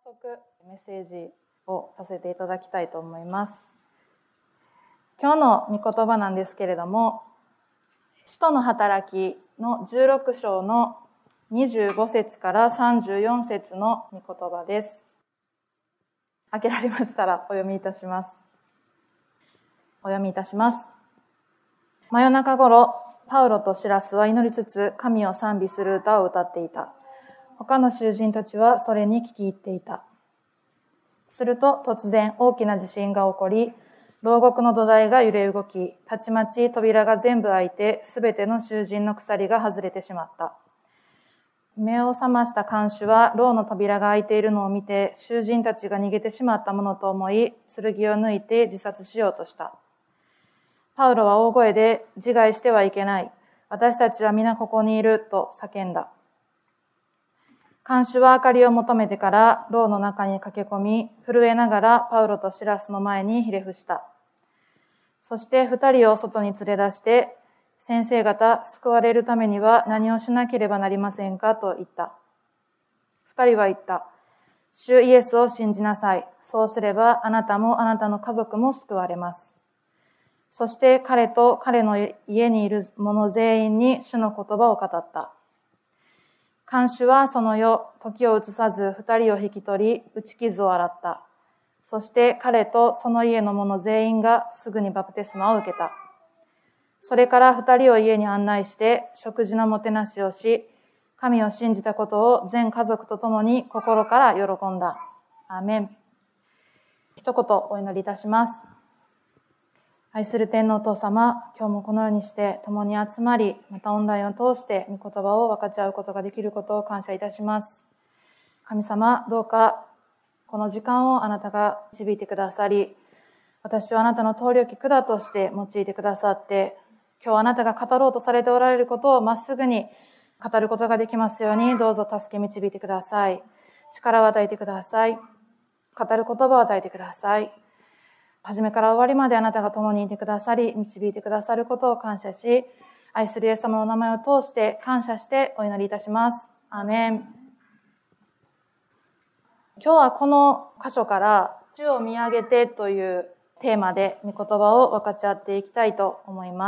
速メッセージをさせていただきたいと思います。今日の御言葉なんですけれども、使徒の働きの16章の25節から34節の御言葉です。開けられましたらお読みいたします。お読みいたします。真夜中頃、パウロとシラスは祈りつつ神を賛美する歌を歌っていた。他の囚人たちはそれに聞き入っていた。すると突然大きな地震が起こり、牢獄の土台が揺れ動き、たちまち扉が全部開いて、すべての囚人の鎖が外れてしまった。目を覚ました看守は牢の扉が開いているのを見て、囚人たちが逃げてしまったものと思い、剣を抜いて自殺しようとした。パウロは大声で、自害してはいけない。私たちは皆ここにいると叫んだ。看守は明かりを求めてから牢の中に駆け込み、震えながらパウロとシラスの前にひれ伏した。そして二人を外に連れ出して、先生方、救われるためには何をしなければなりませんかと言った。二人は言った。主イエスを信じなさい。そうすればあなたもあなたの家族も救われます。そして彼と彼の家にいる者全員に主の言葉を語った。看守はその夜、時を移さず二人を引き取り、打ち傷を洗った。そして彼とその家の者全員がすぐにバプテスマを受けた。それから二人を家に案内して食事のもてなしをし、神を信じたことを全家族と共に心から喜んだ。アーメン。一言お祈りいたします。愛する天のお父様、今日もこのようにして共に集まり、またオンラインを通して御言葉を分かち合うことができることを感謝いたします。神様、どうかこの時間をあなたが導いてくださり、私はあなたの通り置き管として用いてくださって、今日あなたが語ろうとされておられることをまっすぐに語ることができますように、どうぞ助け導いてください。力を与えてください。語る言葉を与えてください。初めから終わりまであなたが共にいてくださり、導いてくださることを感謝し、愛するイエス様の名前を通して感謝してお祈りいたします。アーメン。今日はこの箇所から主を見上げてというテーマで御言葉を分かち合っていきたいと思います。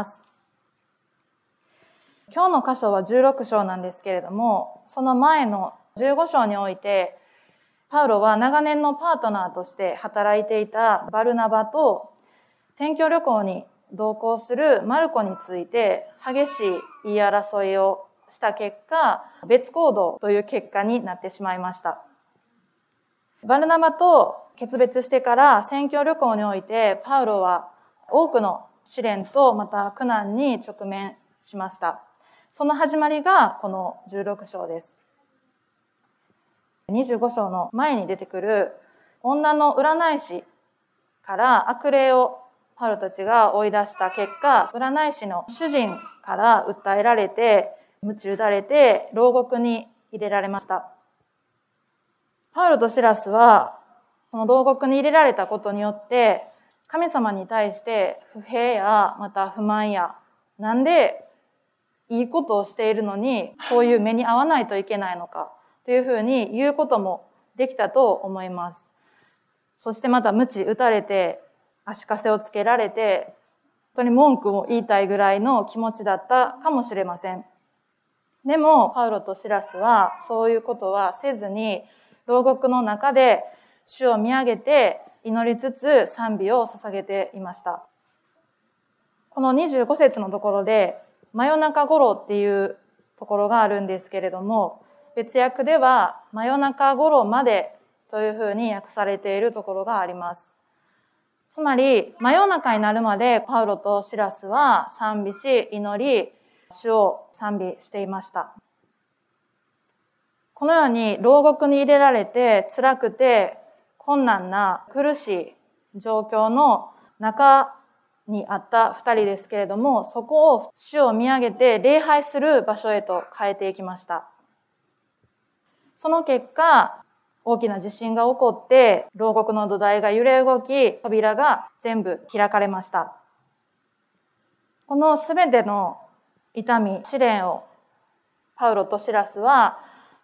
今日の箇所は16章なんですけれども、その前の15章において、パウロは長年のパートナーとして働いていたバルナバと宣教旅行に同行するマルコについて激しい言い争いをした結果、別行動という結果になってしまいました。バルナバと決別してから宣教旅行においてパウロは多くの試練とまた苦難に直面しました。その始まりがこの16章です。25章の前に出てくる女の占い師から悪霊をパウロたちが追い出した結果、占い師の主人から訴えられて、鞭打たれて牢獄に入れられました。パウロとシラスはその牢獄に入れられたことによって神様に対して不平やまた不満や、なんでいいことをしているのにこういう目に遭わないといけないのかというふうに言うこともできたと思います。そしてまた鞭打たれて足かせをつけられて本当に文句を言いたいぐらいの気持ちだったかもしれません。でもパウロとシラスはそういうことはせずに牢獄の中で主を見上げて祈りつつ賛美を捧げていました。この25節のところで真夜中頃っていうところがあるんですけれども、別訳では真夜中頃までというふうに訳されているところがあります。つまり真夜中になるまでパウロとシラスは賛美し祈り、主を賛美していました。このように牢獄に入れられて辛くて困難な苦しい状況の中にあった二人ですけれども、そこを主を見上げて礼拝する場所へと変えていきました。その結果、大きな地震が起こって、牢獄の土台が揺れ動き、扉が全部開かれました。このすべての痛み、試練をパウロとシラスは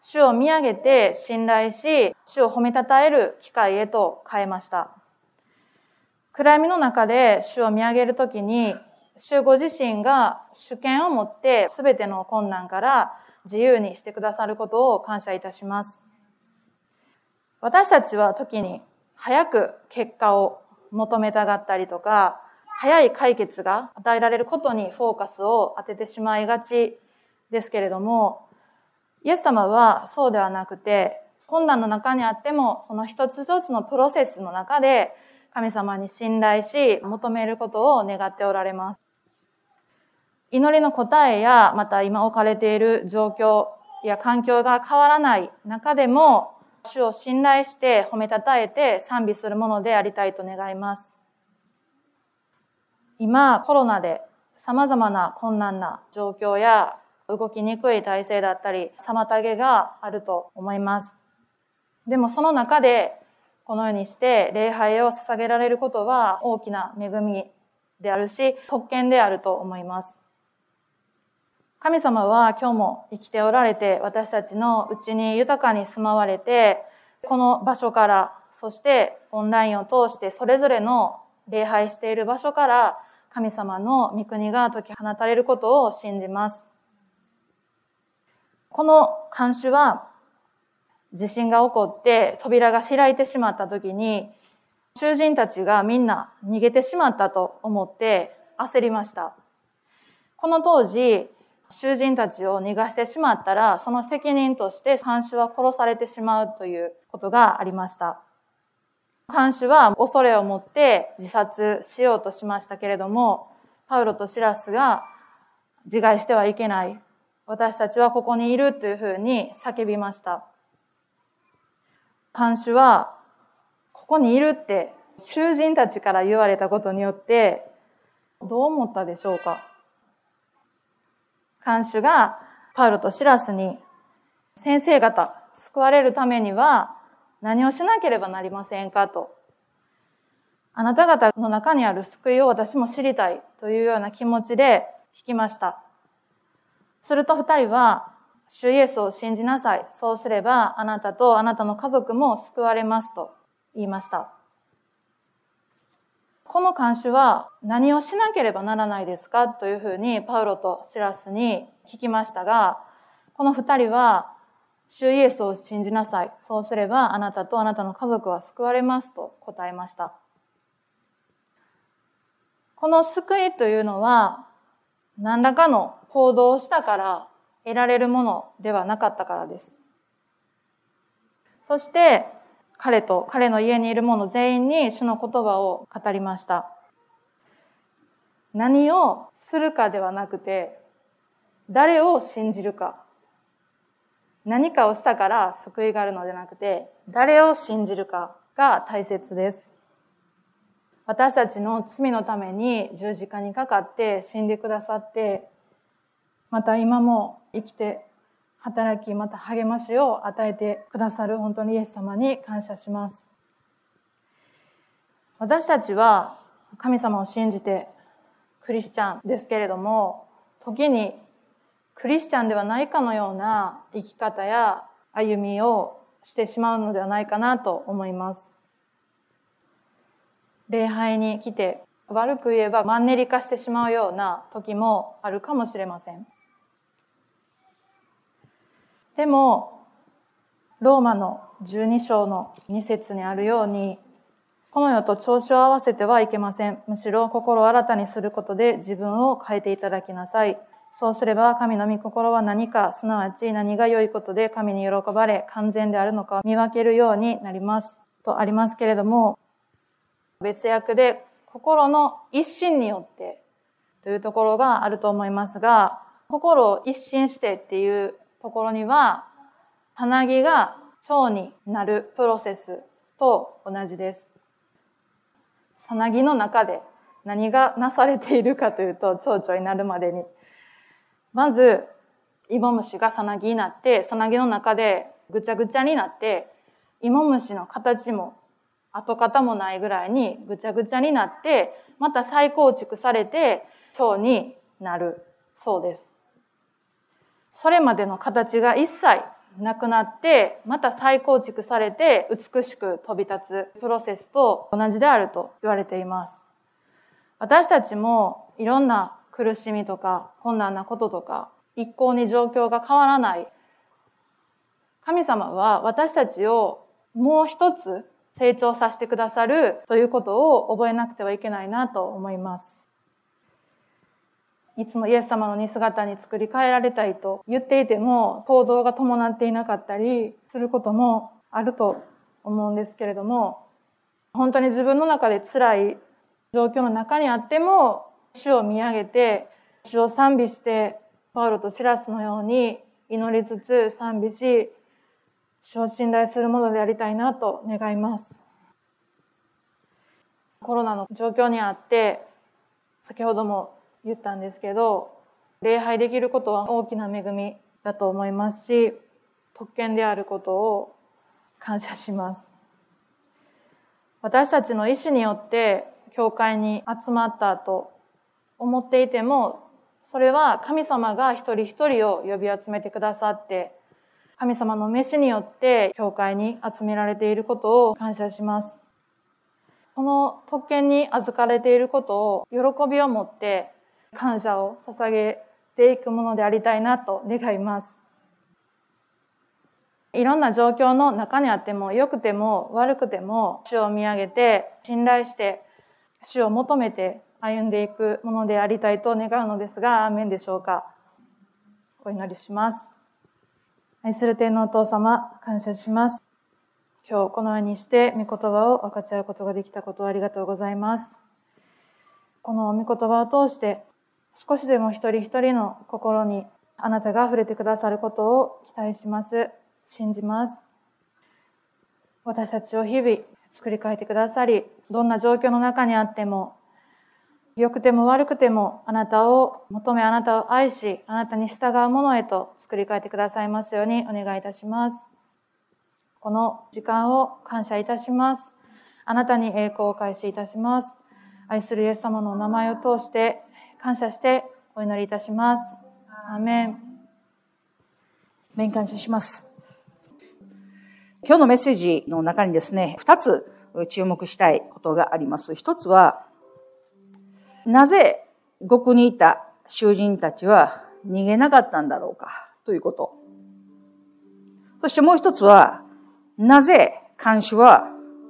主を見上げて信頼し、主を褒めたたえる機会へと変えました。暗闇の中で主を見上げるときに、主ご自身が主権を持ってすべての困難から自由にしてくださることを感謝いたします。私たちは時に早く結果を求めたがったりとか、早い解決が与えられることにフォーカスを当ててしまいがちですけれども、イエス様はそうではなくて、困難の中にあっても、その一つ一つのプロセスの中で神様に信頼し、求めることを願っておられます。祈りの答えや、また今置かれている状況や環境が変わらない中でも、主を信頼して褒めたたえて賛美するものでありたいと願います。今、コロナで様々な困難な状況や動きにくい体制だったり、妨げがあると思います。でもその中で、このようにして礼拝を捧げられることは大きな恵みであるし、特権であると思います。神様は今日も生きておられて、私たちのうちに豊かに住まわれて、この場所から、そしてオンラインを通してそれぞれの礼拝している場所から神様の御国が解き放たれることを信じます。この看守は地震が起こって扉が開いてしまった時に、囚人たちがみんな逃げてしまったと思って焦りました。この当時、囚人たちを逃がしてしまったら、その責任として看守は殺されてしまうということがありました。看守は恐れを持って自殺しようとしましたけれども、パウロとシラスが自害してはいけない。私たちはここにいるというふうに叫びました。看守は、ここにいるって囚人たちから言われたことによって、どう思ったでしょうか。看守がパウロとシラスに、先生方、救われるためには何をしなければなりませんかと。あなた方の中にある救いを私も知りたいというような気持ちで聞きました。すると二人は、主イエスを信じなさい。そうすればあなたとあなたの家族も救われますと言いました。この看守は何をしなければならないですかというふうにパウロとシラスに聞きましたが、この二人は主イエスを信じなさい。そうすればあなたとあなたの家族は救われますと答えました。この救いというのは何らかの行動をしたから得られるものではなかったからです。そして彼と彼の家にいる者全員に主の言葉を語りました。何をするかではなくて、誰を信じるか。何かをしたから救いがあるのではなくて、誰を信じるかが大切です。私たちの罪のために十字架にかかって死んでくださって、また今も生きて働き、また励ましを与えてくださる本当にイエス様に感謝します。私たちは神様を信じてクリスチャンですけれども、時にクリスチャンではないかのような生き方や歩みをしてしまうのではないかなと思います。礼拝に来て悪く言えばマンネリ化してしまうような時もあるかもしれません。でも、ローマの12章の2節にあるように、この世と調子を合わせてはいけません。むしろ心を新たにすることで自分を変えていただきなさい。そうすれば神の御心は何か、すなわち何が良いことで神に喜ばれ完全であるのかを見分けるようになります。とありますけれども、別訳で心の一心によってというところがあると思いますが、心を一心してっていうところには、さなぎが蝶になるプロセスと同じです。さなぎの中で何がなされているかというと、蝶々になるまでに。まず、芋虫がさなぎになって、さなぎの中でぐちゃぐちゃになって、芋虫の形も跡形もないぐらいにぐちゃぐちゃになって、また再構築されて蝶になるそうです。それまでの形が一切なくなって、また再構築されて美しく飛び立つプロセスと同じであると言われています。私たちもいろんな苦しみとか困難なこととか一向に状況が変わらない。神様は私たちをもう一つ成長させてくださるということを覚えなくてはいけないなと思います。いつもイエス様の似姿に作り変えられたいと言っていても行動が伴っていなかったりすることもあると思うんですけれども、本当に自分の中で辛い状況の中にあっても主を見上げて主を賛美してパウロとシラスのように祈りつつ賛美し主を信頼するものでありたいなと願います。コロナの状況にあって先ほども言ったんですけど、礼拝できることは大きな恵みだと思いますし、特権であることを感謝します。私たちの意志によって教会に集まったと思っていても、それは神様が一人一人を呼び集めてくださって、神様の召しによって教会に集められていることを感謝します。この特権に預かれていることを喜びを持って感謝を捧げていくものでありたいなと願います。いろんな状況の中にあっても良くても悪くても主を見上げて信頼して主を求めて歩んでいくものでありたいと願うのですが、アーメンでしょうか。お祈りします。愛する天のお父様、感謝します。今日このようにして御言葉を分かち合うことができたことをありがとうございます。この御言葉を通して少しでも一人一人の心にあなたが触れてくださることを期待します。信じます。私たちを日々作り変えてくださり、どんな状況の中にあっても、良くても悪くてもあなたを求め、あなたを愛し、あなたに従うものへと作り変えてくださいますようにお願いいたします。この時間を感謝いたします。あなたに栄光を返しいたします。愛するイエス様のお名前を通して感謝してお祈りいたします。アーメン。 感謝します。今日のメッセージの中にですね、2つ注目したいことがあります。一つは、なぜ獄にいた囚人たちは逃げなかったんだろうかということ。そしてもう一つは、なぜ看守は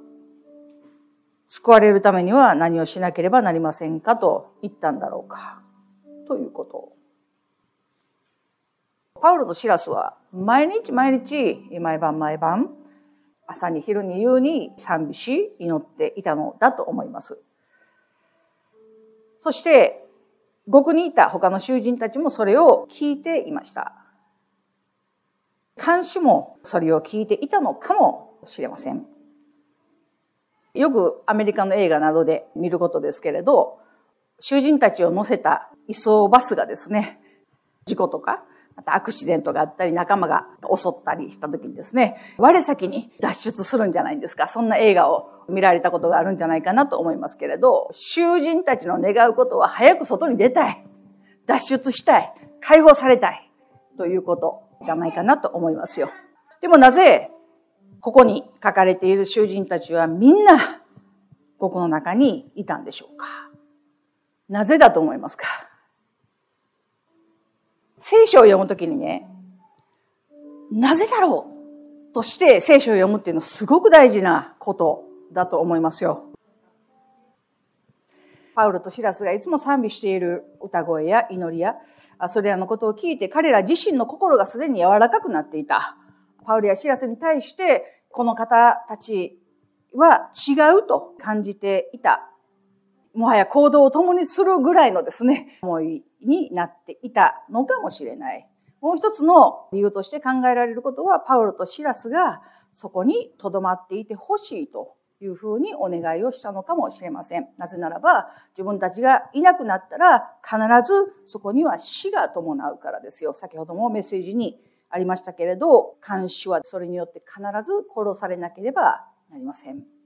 救われるためには何をしなければなりませんかと言ったんだろうかということ。パウロとシラスは毎日毎晩朝に昼に夕に賛美し祈っていたのだと思います。そして獄にいた他の囚人たちもそれを聞いていました。看守もそれを聞いていたのかもしれません。よくアメリカの映画などで見ることですけれど、囚人たちを乗せた移送バスがですね、事故とかまたアクシデントがあったり仲間が襲ったりした時にですね、我先に脱出するんじゃないんですか。そんな映画を見られたことがあるんじゃないかなと思いますけれど、囚人たちの願うことは早く外に出たい、脱出したい、解放されたいということじゃないかなと思いますよ。でもなぜここに書かれている囚人たちはみんな獄の中にいたんでしょうか。なぜだと思いますか。聖書を読むときにね、なぜだろうとして聖書を読むっていうのはすごく大事なことだと思いますよ。パウロとシラスがいつも賛美している歌声や祈りや、それらのことを聞いて彼ら自身の心がすでに柔らかくなっていた。パウロやシラスに対してこの方たちは違うと感じていた。もはや行動を共にするぐらいのですね、思いになっていたのかもしれない。もう一つの理由として考えられることは、パウロとシラスがそこに留まっていてほしいというふうにお願いをしたのかもしれません。なぜならば、自分たちがいなくなったら必ずそこには死が伴うからですよ。先ほどもメッセージにありましたけれど、看守はそれによって必ず殺されなければなりません。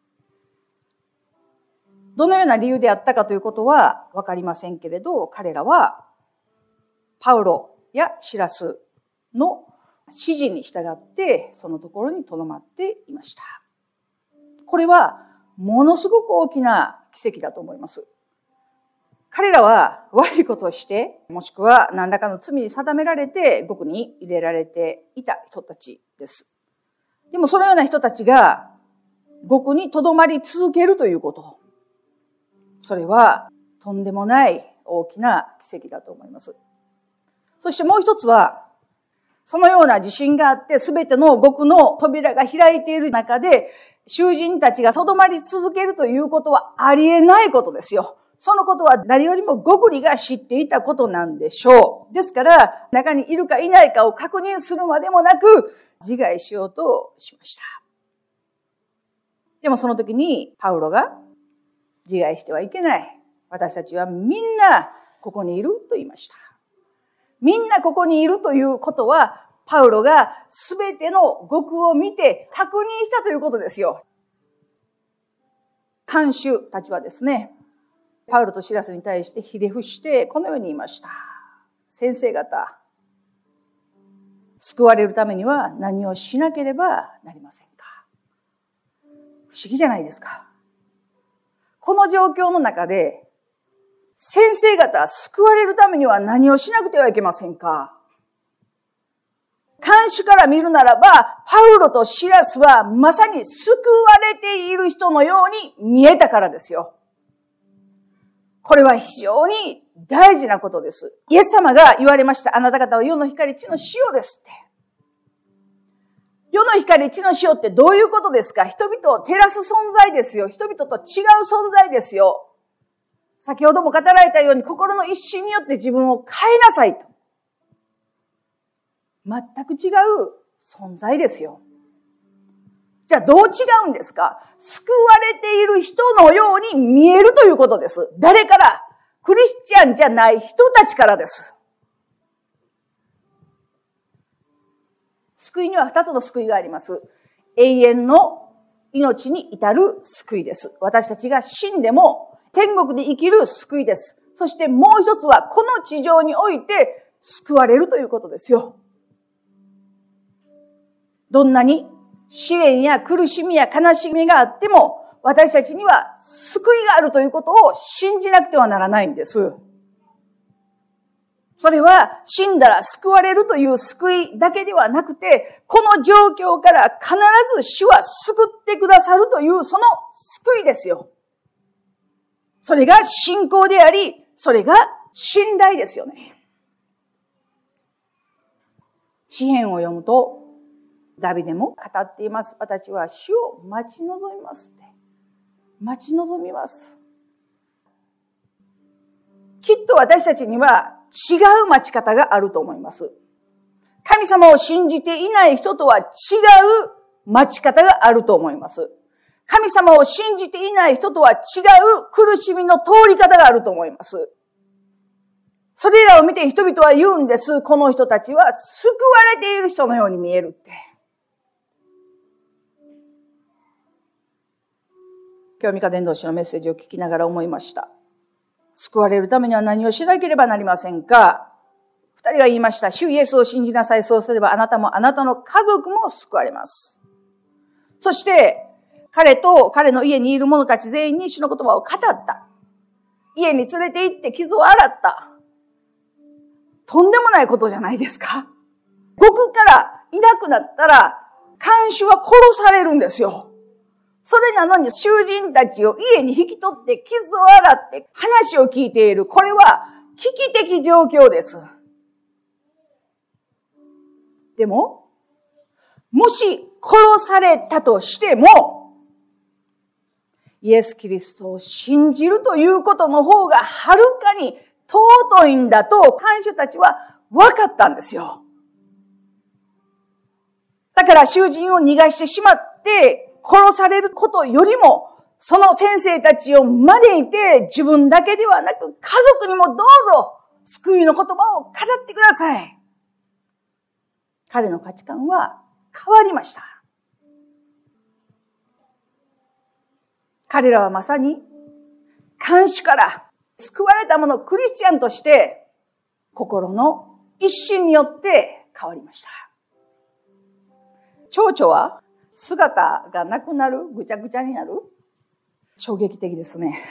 どのような理由であったかということはわかりませんけれど、彼らはパウロやシラスの指示に従ってそのところに留まっていました。これはものすごく大きな奇跡だと思います。彼らは悪いことをして、もしくは何らかの罪に定められて獄に入れられていた人たちです。でもそのような人たちが獄に留まり続けるということ、それはとんでもない大きな奇跡だと思います。そしてもう一つは、そのような地震があって全ての獄の扉が開いている中で、囚人たちが留まり続けるということはありえないことですよ。そのことは誰よりもゴグリが知っていたことなんでしょう。ですから、中にいるかいないかを確認するまでもなく、自害しようとしました。でもその時にパウロが、自害してはいけない。私たちはみんなここにいると言いました。みんなここにいるということは、パウロがすべての獄を見て確認したということですよ。看守たちはですね、パウロとシラスに対してひれ伏してこのように言いました。先生方、救われるためには何をしなければなりませんか。不思議じゃないですか。この状況の中で、先生方、救われるためには何をしなくてはいけませんか。看守から見るならば、パウロとシラスはまさに救われている人のように見えたからですよ。これは非常に大事なことです。イエス様が言われました。あなた方は世の光、地の塩ですって。世の光、地の塩ってどういうことですか？人々を照らす存在ですよ。人々と違う存在ですよ。先ほども語られたように心の一心によって自分を変えなさいと。全く違う存在ですよ。じゃあどう違うんですか？救われている人のように見えるということです。誰から？クリスチャンじゃない人たちからです。救いには2つの救いがあります。永遠の命に至る救いです。私たちが死んでも天国で生きる救いです。そしてもう一つはこの地上において救われるということですよ。どんなに試練や苦しみや悲しみがあっても、私たちには救いがあるということを信じなくてはならないんです。それは死んだら救われるという救いだけではなくて、この状況から必ず主は救ってくださるというその救いですよ。それが信仰であり、それが信頼ですよね。詩編を読むと、ダビデも語っています。私は主を待ち望みますって。待ち望みます。きっと私たちには違う待ち方があると思います。神様を信じていない人とは違う待ち方があると思います。神様を信じていない人とは違う苦しみの通り方があると思います。それらを見て人々は言うんです。この人たちは救われている人のように見えるって。今日、ミカ伝道師のメッセージを聞きながら思いました。救われるためには何をしなければなりませんか？二人が言いました。主イエスを信じなさい。そうすればあなたもあなたの家族も救われます。そして、彼と彼の家にいる者たち全員に主の言葉を語った。家に連れて行って傷を洗った。とんでもないことじゃないですか。獄からいなくなったら、看守は殺されるんですよ。それなのに囚人たちを家に引き取って傷を洗って話を聞いている。これは危機的状況です。でも、もし殺されたとしても、イエス・キリストを信じるということの方がはるかに尊いんだと看守たちは分かったんですよ。だから囚人を逃がしてしまって殺されることよりも、その先生たちを招いて自分だけではなく家族にもどうぞ救いの言葉を語ってください。彼の価値観は変わりました。彼らはまさに看守から救われた者クリスチャンとして心の一心によって変わりました。 蝶々は姿がなくなる、ぐちゃぐちゃになる。衝撃的ですね。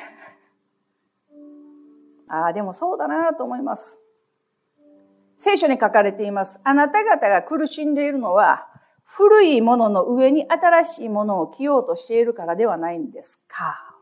でもそうだなと思います。聖書に書かれています。あなた方が苦しんでいるのは、古いものの上に新しいものを着ようとしているからではないんですか。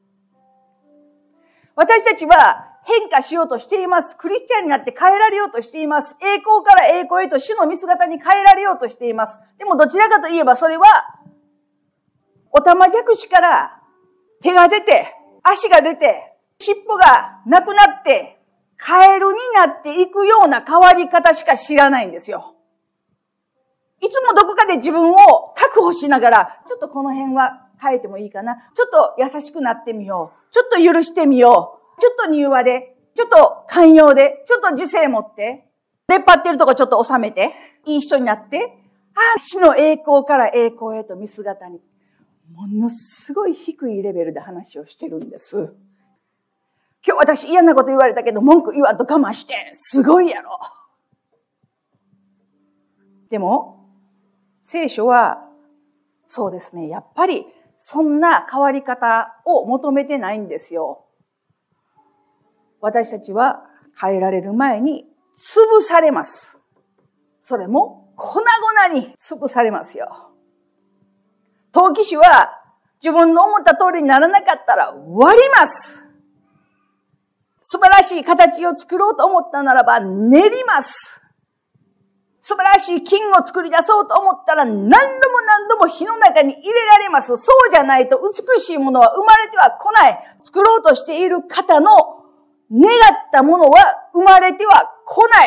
私たちは変化しようとしています。クリスチャンになって変えられようとしています。栄光から栄光へと主の見姿に変えられようとしています。でもどちらかといえばそれは、おたまじゃくしから手が出て、足が出て、尻尾がなくなって、カエルになっていくような変わり方しか知らないんですよ。いつもどこかで自分を確保しながら、ちょっとこの辺は変えてもいいかな。ちょっと優しくなってみよう。ちょっと許してみよう。ちょっと柔和で、ちょっと寛容で、ちょっと自制持って、出っ張ってるとこちょっと収めて、いい人になって、主の栄光から栄光へと見姿に、ものすごい低いレベルで話をしてるんです。今日私嫌なこと言われたけど文句言わんと我慢して、すごいやろ。でも、聖書は、そうですね、やっぱりそんな変わり方を求めてないんですよ。私たちは変えられる前に潰されます。それも粉々に潰されますよ。陶器師は自分の思った通りにならなかったら割ります。素晴らしい形を作ろうと思ったならば練ります。素晴らしい金を作り出そうと思ったら何度も火の中に入れられます。そうじゃないと美しいものは生まれては来ない。作ろうとしている方の願ったものは生まれては来ない。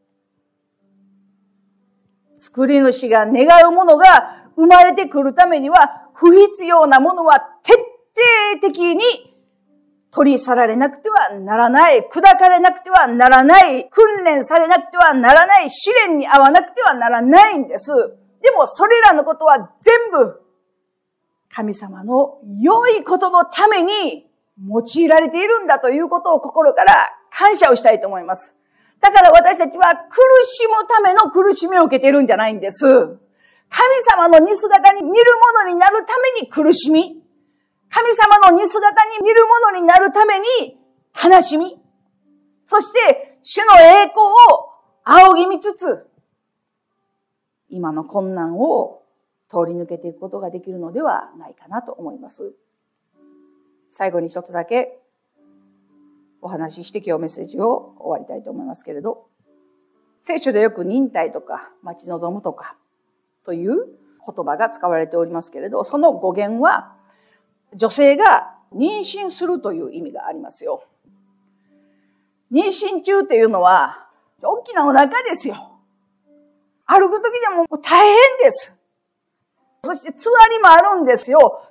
作り主が願うものが生まれてくるためには不必要なものは徹底的に取り去られなくてはならない。砕かれなくてはならない。訓練されなくてはならない。試練に合わなくてはならないんです。でもそれらのことは全部神様の良いことのために用いられているんだということを心から感謝をしたいと思います。だから私たちは苦しむための苦しみを受けているんじゃないんです。神様の似姿に似るものになるために苦しみ、神様の似姿に似るものになるために悲しみ、そして主の栄光を仰ぎ見つつ、今の困難を通り抜けていくことができるのではないかなと思います。最後に一つだけお話しして今日メッセージを終わりたいと思いますけれど、聖書でよく忍耐とか待ち望むとかという言葉が使われておりますけれど、その語源は女性が妊娠するという意味がありますよ。妊娠中っていうのは大きなお腹ですよ。歩くときでも大変です。そしてつわりもあるんですよ。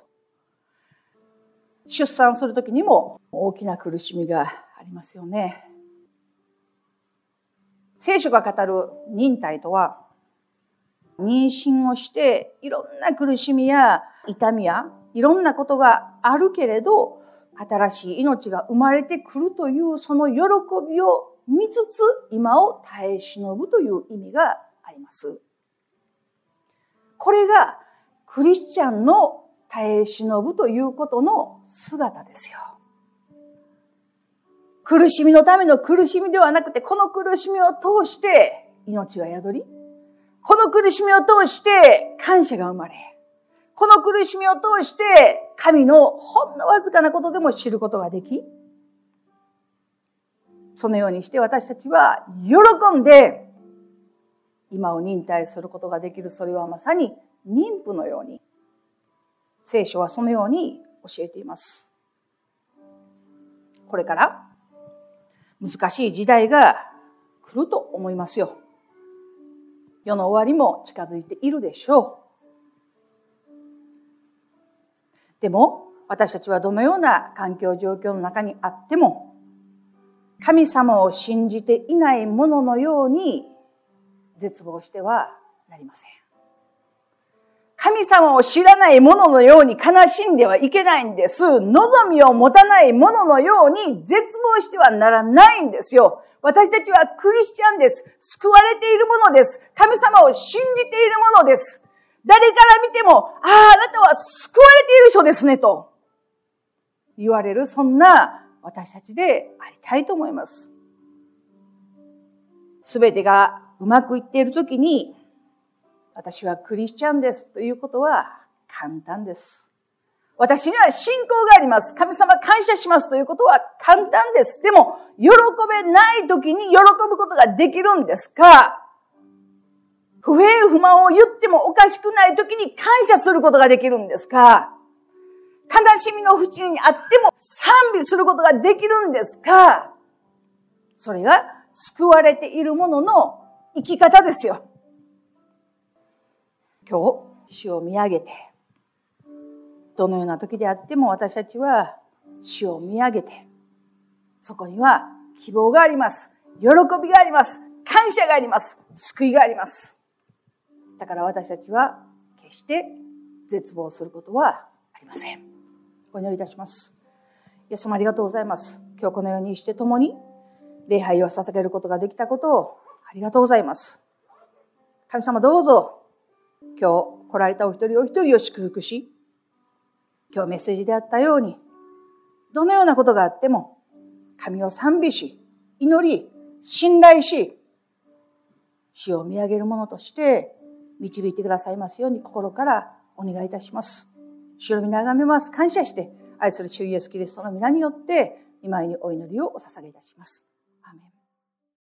出産するときにも大きな苦しみがありますよね。聖書が語る忍耐とは、妊娠をしていろんな苦しみや痛みやいろんなことがあるけれど、新しい命が生まれてくるというその喜びを見つつ、今を耐え忍ぶという意味があります。これがクリスチャンの耐え忍ぶということの姿ですよ。苦しみのための苦しみではなくて、この苦しみを通して命が宿り、この苦しみを通して感謝が生まれ、この苦しみを通して神のほんのわずかなことでも知ることができ、そのようにして私たちは喜んで今を忍耐することができる。それはまさに妊婦のように、聖書はそのように教えています。これから難しい時代が来ると思いますよ。世の終わりも近づいているでしょう。でも私たちはどのような環境状況の中にあっても、神様を信じていないもののように絶望してはなりません。神様を知らないもののように悲しんではいけないんです。望みを持たないもののように絶望してはならないんですよ。私たちはクリスチャンです。救われているものです。神様を信じているものです。 誰から見ても、あなたは救われている人ですね、と言われる、そんな私たちでありたいと思います。すべてがうまくいっているときに、私はクリスチャンですということは簡単です。私には信仰があります。神様感謝しますということは簡単です。でも、喜べないときに喜ぶことができるんですか？不平不満を言ってもおかしくないときに感謝することができるんですか？悲しみの淵にあっても賛美することができるんですか？それが救われている者の生き方ですよ。今日、主を見上げて、どのような時であっても私たちは主を見上げて、そこには希望があります。喜びがあります。感謝があります。救いがあります。だから私たちは決して絶望することはありません。お祈りいたします。イエス様ありがとうございます。今日このようにして共に礼拝を捧げることができたことをありがとうございます。神様どうぞ今日来られたお一人お一人を祝福し、今日メッセージであったように、どのようなことがあっても、神を賛美し、祈り、信頼し、主を見上げるものとして導いてくださいますように心からお願いいたします。主を見眺めます。感謝して、愛する主イエスキリストの皆によって、御前にお祈りをお捧げいたします。